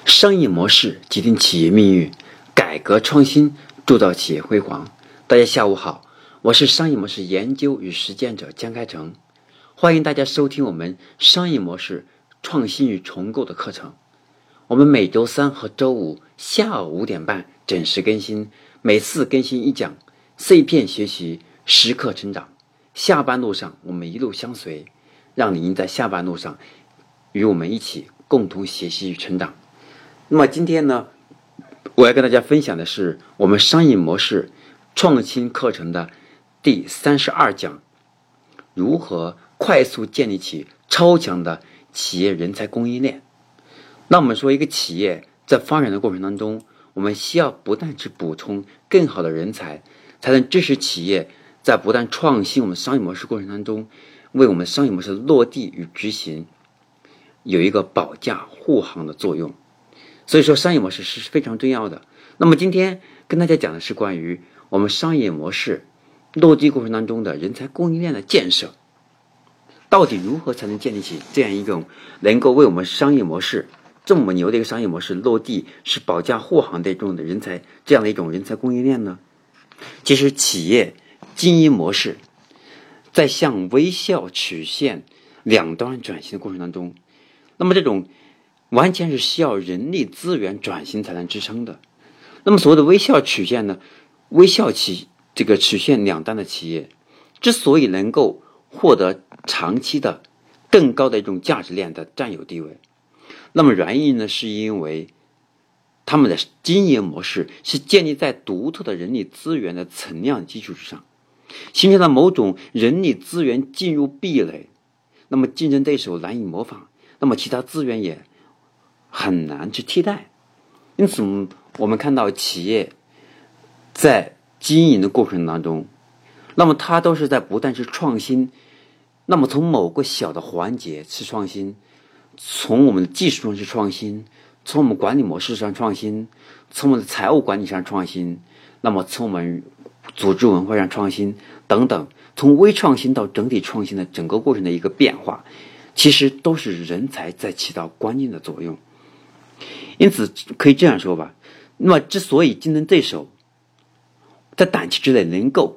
商业模式决定企业命运，改革创新铸造企业辉煌。大家下午好，我是商业模式研究与实践者江开成，欢迎大家收听我们商业模式创新与重构的课程。我们每周三和周五下午5点半准时更新，每次更新一讲，碎片学习，时刻成长。下班路上我们一路相随，让您在下班路上与我们一起共同学习与成长。那么今天呢，我要跟大家分享的是我们商业模式创新课程的第32讲，如何快速建立起超强的企业人才供应链。那我们说一个企业在发展的过程当中，我们需要不断去补充更好的人才，才能支持企业在不断创新我们商业模式过程当中，为我们商业模式落地与执行有一个保驾护航的作用。所以说商业模式是非常重要的。那么今天跟大家讲的是关于我们商业模式落地过程当中的人才供应链的建设，到底如何才能建立起这样一种能够为我们商业模式这么牛的一个商业模式落地是保驾护航的这种的人才，这样的一种人才供应链呢？其实企业经营模式在向微笑曲线两端转型的过程当中，那么这种完全是需要人力资源转型才能支撑的。那么所谓的微笑曲线呢，这个曲线两端的企业之所以能够获得长期的更高的一种价值链的占有地位，那么原因呢，是因为他们的经营模式是建立在独特的人力资源的存量基础之上，形成了某种人力资源进入壁垒，那么竞争对手难以模仿，那么其他资源也很难去替代。因此我们看到企业在经营的过程当中，那么它都是在不断去创新，那么从某个小的环节去创新，从我们的技术上去创新，从我们管理模式上创新，从我们的财务管理上创新，那么从我们组织文化上创新等等，从微创新到整体创新的整个过程的一个变化，其实都是人才在起到关键的作用。因此可以这样说吧，那么之所以竞争对手在短期之内能够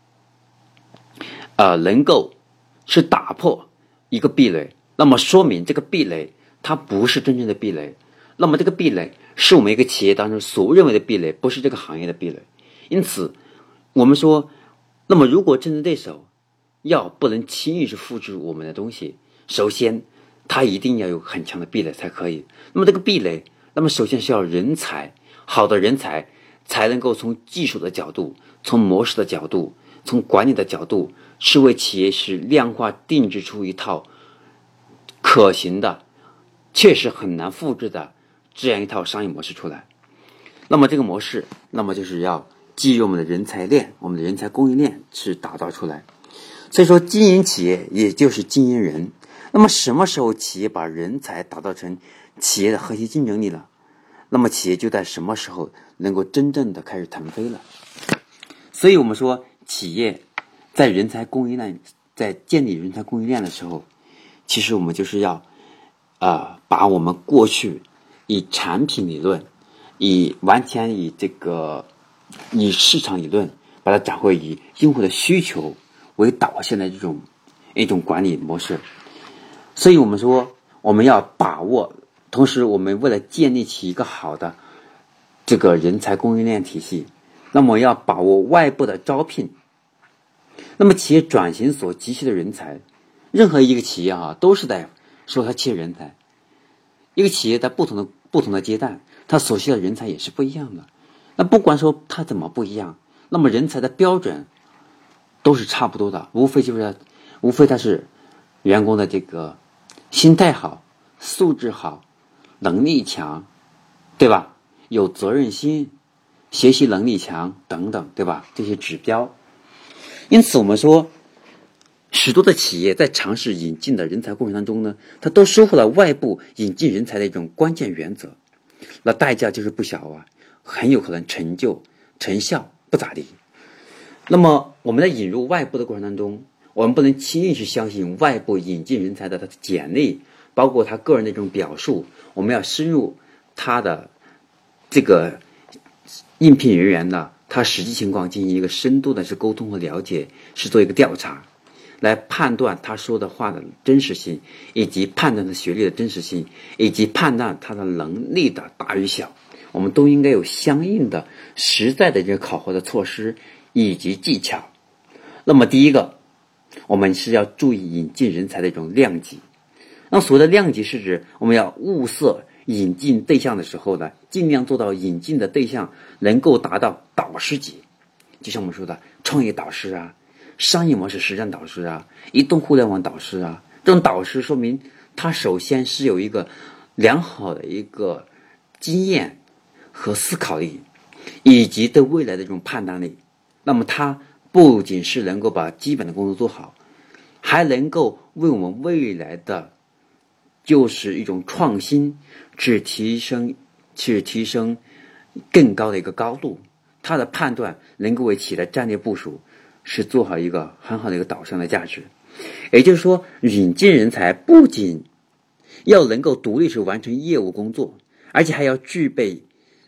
是打破一个壁垒，那么说明这个壁垒它不是真正的壁垒，那么这个壁垒是我们一个企业当中所认为的壁垒，不是这个行业的壁垒。因此我们说，那么如果竞争对手要不能轻易去复制我们的东西，首先它一定要有很强的壁垒才可以。那么这个壁垒，那么首先需要人才，好的人才才能够从技术的角度，从模式的角度，从管理的角度，是为企业是量化定制出一套可行的，确实很难复制的这样一套商业模式出来。那么这个模式，那么就是要基于我们的人才链，我们的人才供应链去打造出来。所以说经营企业也就是经营人。那么什么时候企业把人才打造成企业的核心竞争力了，那么企业就在什么时候能够真正的开始腾飞了。所以我们说企业在人才供应链，在建立人才供应链的时候，其实我们就是要把我们过去以产品理论，完全以市场理论，把它转回以用户的需求为导向的一种管理模式。所以我们说我们要把握，同时我们为了建立起一个好的这个人才供应链体系，那么要把握外部的招聘。那么企业转型所急需的人才，任何一个企业都是在说它缺人才。一个企业在不同的阶段，它所需的人才也是不一样的。那不管说它怎么不一样，那么人才的标准都是差不多的，无非它是员工的这个心态好，素质好，能力强，对吧？有责任心，学习能力强等等，对吧？这些指标。因此我们说，许多的企业在尝试引进的人才过程当中呢，它都收获了外部引进人才的一种关键原则，那代价就是不小很有可能成效不咋地。那么我们在引入外部的过程当中，我们不能轻易去相信外部引进人才的他的简历，包括他个人的这种表述，我们要深入他的这个应聘人员呢，他实际情况进行一个深度的是沟通和了解，是做一个调查，来判断他说的话的真实性，以及判断他学历的真实性，以及判断他的能力的大与小，我们都应该有相应的实在的这个考核的措施以及技巧。那么第一个，我们是要注意引进人才的一种量级。那所谓的量级是指我们要物色引进对象的时候呢，尽量做到引进的对象能够达到导师级，就像我们说的创业导师啊、商业模式实战导师啊、移动互联网导师啊，这种导师说明他首先是有一个良好的一个经验和思考力，以及对未来的这种判断力。那么他不仅是能够把基本的工作做好，还能够为我们未来的就是一种创新去提升更高的一个高度。他的判断能够为企业的战略部署是做好一个很好的一个导向的价值。也就是说，引进人才不仅要能够独立去完成业务工作，而且还要具备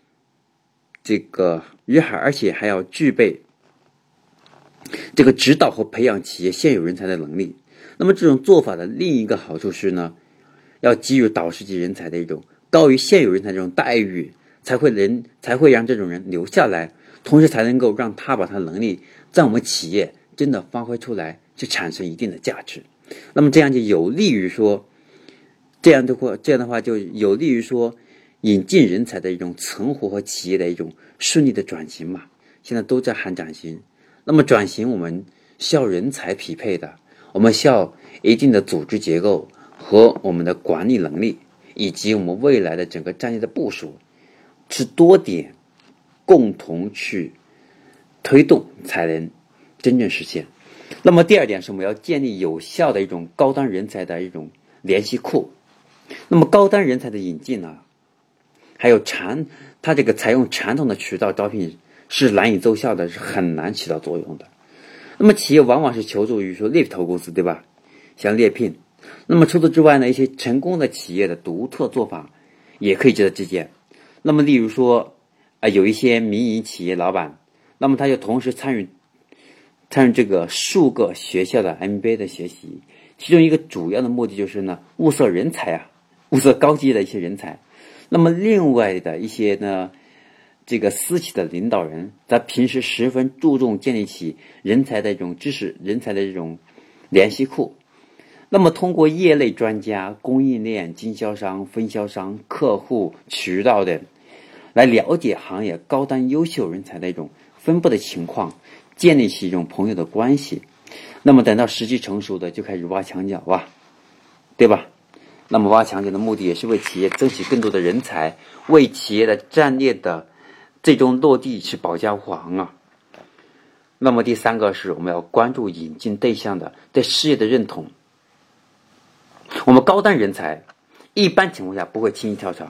这个指导和培养企业现有人才的能力。那么这种做法的另一个好处是呢，要给予导师级人才的一种高于现有人才这种待遇，才会让这种人留下来，同时才能够让他把他的能力在我们企业真的发挥出来，去产生一定的价值。那么这样就有利于说，这样的话就有利于说引进人才的一种存活和企业的一种顺利的转型嘛。现在都在喊转型，那么转型我们需要人才匹配的，我们需要一定的组织结构和我们的管理能力，以及我们未来的整个战略的部署，是多点共同去推动才能真正实现。那么第二点是我们要建立有效的一种高端人才的一种联系库。那么高端人才的引进呢，还有它这个采用传统的渠道招聘是难以奏效的，是很难起到作用的。那么企业往往是求助于说猎头公司，对吧？像猎聘。那么除此之外呢，一些成功的企业的独特做法也可以值得借鉴。那么例如说有一些民营企业老板，那么他就同时参与这个数个学校的 MBA 的学习，其中一个主要的目的就是呢，物色人才啊，物色高级的一些人才。那么另外的一些呢，这个私企的领导人在平时十分注重建立起人才的这种知识、人才的这种联系库。那么通过业内专家、供应链、经销商、分销商、客户、渠道等来了解行业高端优秀人才的一种分布的情况，建立起一种朋友的关系。那么等到时机成熟的就开始挖墙脚啊，对吧？那么挖墙脚的目的也是为企业争取更多的人才，为企业的战略的最终落地是保驾护航啊。那么第三个是我们要关注引进对象的对事业的认同。我们高端人才一般情况下不会轻易跳槽，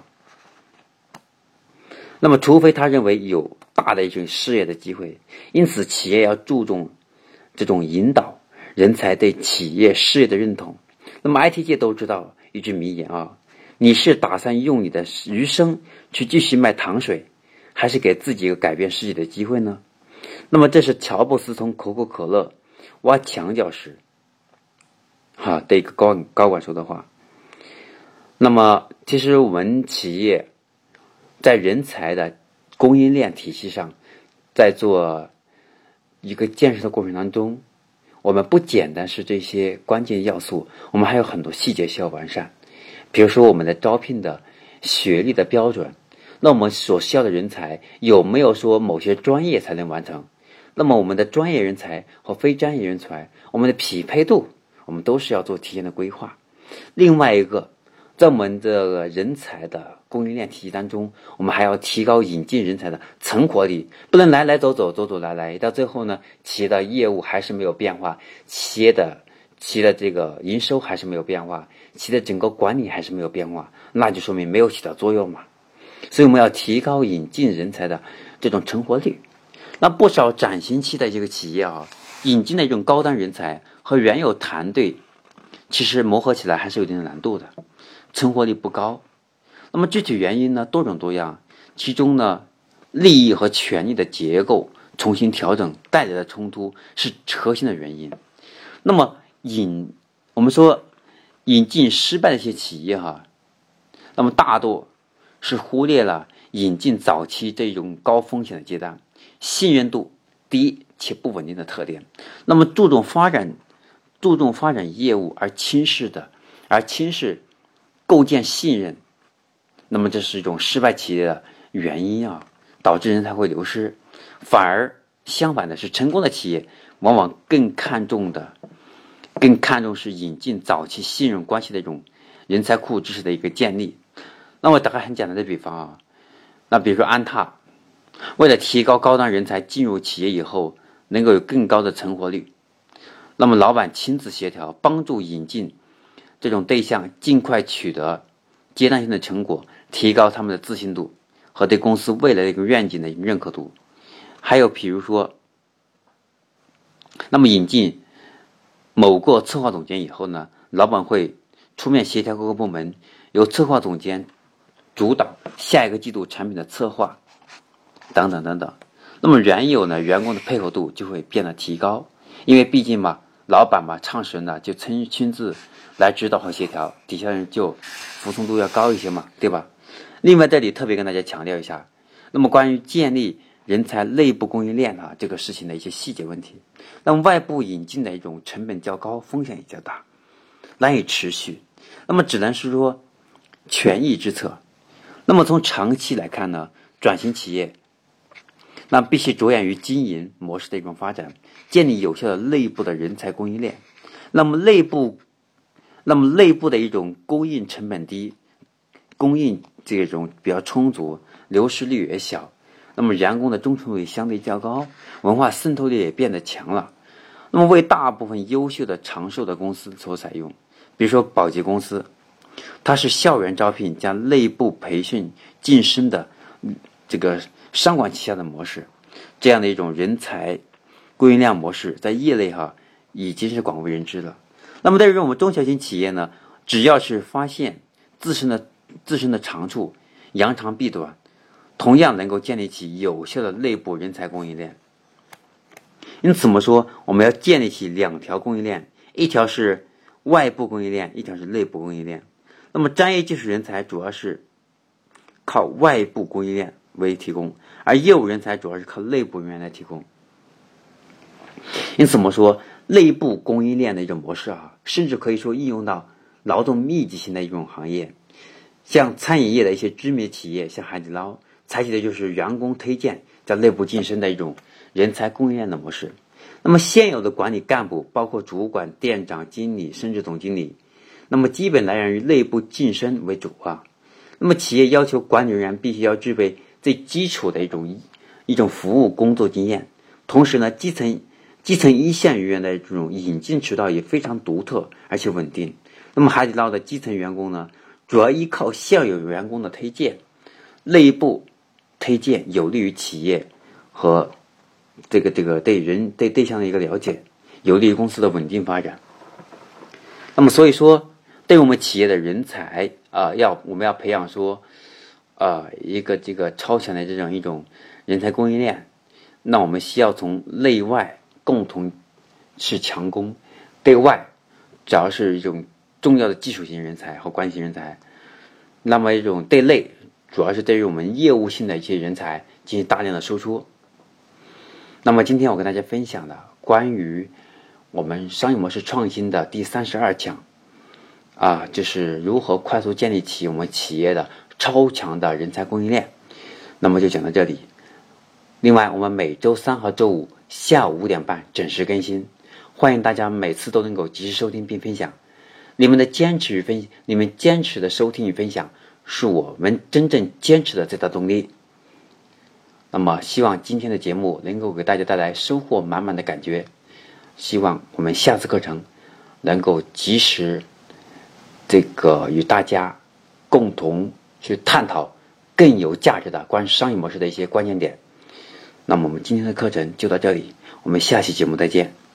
那么除非他认为有大的一种事业的机会，因此企业要注重这种引导人才对企业事业的认同。那么 IT 界都知道一句名言啊，你是打算用你的余生去继续卖糖水，还是给自己一个改变世界的机会呢？那么这是乔布斯从可口可乐挖墙脚时的一个高管说的话。那么其实我们企业在人才的供应链体系上，在做一个建设的过程当中，我们不简单是这些关键要素，我们还有很多细节需要完善。比如说我们的招聘的学历的标准，那我们所需要的人才有没有说某些专业才能完成？那么我们的专业人才和非专业人才，我们的匹配度，我们都是要做提前的规划。另外一个，在我们这个人才的供应链体系当中，我们还要提高引进人才的存活率，不能来来走走，走走来来，到最后呢，企业的业务还是没有变化，企业的这个营收还是没有变化，企业的整个管理还是没有变化，那就说明没有起到作用嘛。所以我们要提高引进人才的这种成活率。那不少崭新期的这个企业引进的一种高端人才和原有团队其实磨合起来还是有一定的难度的，成活率不高。那那么具体原因呢多种多样，其中呢利益和权益的结构重新调整带来的冲突是核心的原因。那么我们说引进失败的一些企业那么大多是忽略了引进早期这种高风险的阶段，信任度低且不稳定的特点，那么注重发展业务而轻视构建信任，那么这是一种失败企业的原因导致人才会流失。反而相反的是，成功的企业往往更看重是引进早期信任关系的一种人才库知识的一个建立。那我打个很简单的比方那比如说安踏，为了提高高端人才进入企业以后能够有更高的成活率，那么老板亲自协调，帮助引进这种对象尽快取得阶段性的成果，提高他们的自信度和对公司未来的一个愿景的认可度。还有比如说，那么引进某个策划总监以后呢，老板会出面协调各个部门，由策划总监主导下一个季度产品的策划等等等等。那么原有呢员工的配合度就会变得提高，因为毕竟老板创始人就亲自来指导和协调，底下人就服从度要高一些对吧？另外这里特别跟大家强调一下，那么关于建立人才内部供应链这个事情的一些细节问题。那么外部引进的一种成本较高，风险也较大，难以持续，那么只能是说权宜之策。那么从长期来看呢，转型企业那必须着眼于经营模式的一种发展，建立有效的内部的人才供应链。那么内部的一种供应成本低，供应这种比较充足，流失率也小，那么员工的忠诚度也相对较高，文化渗透力也变得强了。那么为大部分优秀的长寿的公司所采用，比如说宝洁公司，它是校园招聘加内部培训晋升的这个商管旗下的模式，这样的一种人才供应链模式在业内已经是广为人知了。那么对于我们中小型企业呢，只要是发现自身的长处，扬长避短，同样能够建立起有效的内部人才供应链。因此我们说我们要建立起两条供应链，一条是外部供应链，一条是内部供应链。那么专业技术人才主要是靠外部供应链为提供，而业务人才主要是靠内部人员来提供。因此我们说内部供应链的一种模式甚至可以说应用到劳动密集型的一种行业，像餐饮业的一些知名企业，像海底捞，采取的就是员工推荐在内部晋升的一种人才供应链的模式。那么现有的管理干部，包括主管、店长、经理甚至总经理，那么基本来源于内部晋升为主那么企业要求管理人员必须要具备最基础的一种服务工作经验，同时呢基层一线人员的这种引进渠道也非常独特而且稳定。那么海底捞的基层员工呢，主要依靠现有员工的推荐，内部推荐有利于企业和对对象的一个了解，有利于公司的稳定发展。那么所以说对我们企业的人才我们要培养一个这个超强的这样一种人才供应链，那我们需要从内外共同是强攻。对外主要是一种重要的技术型人才和管理型人才，那么一种对内主要是对于我们业务性的一些人才进行大量的输出。那么今天我跟大家分享的关于我们商业模式创新的第32讲就是如何快速建立起我们企业的超强的人才供应链，那么就讲到这里。另外我们每周三和周五下午5点半准时更新，欢迎大家每次都能够及时收听并分享。你们坚持的收听与分享是我们真正坚持的最大动力。那么希望今天的节目能够给大家带来收获满满的感觉，希望我们下次课程能够及时与大家共同去探讨更有价值的关于商业模式的一些关键点。那么我们今天的课程就到这里，我们下期节目再见。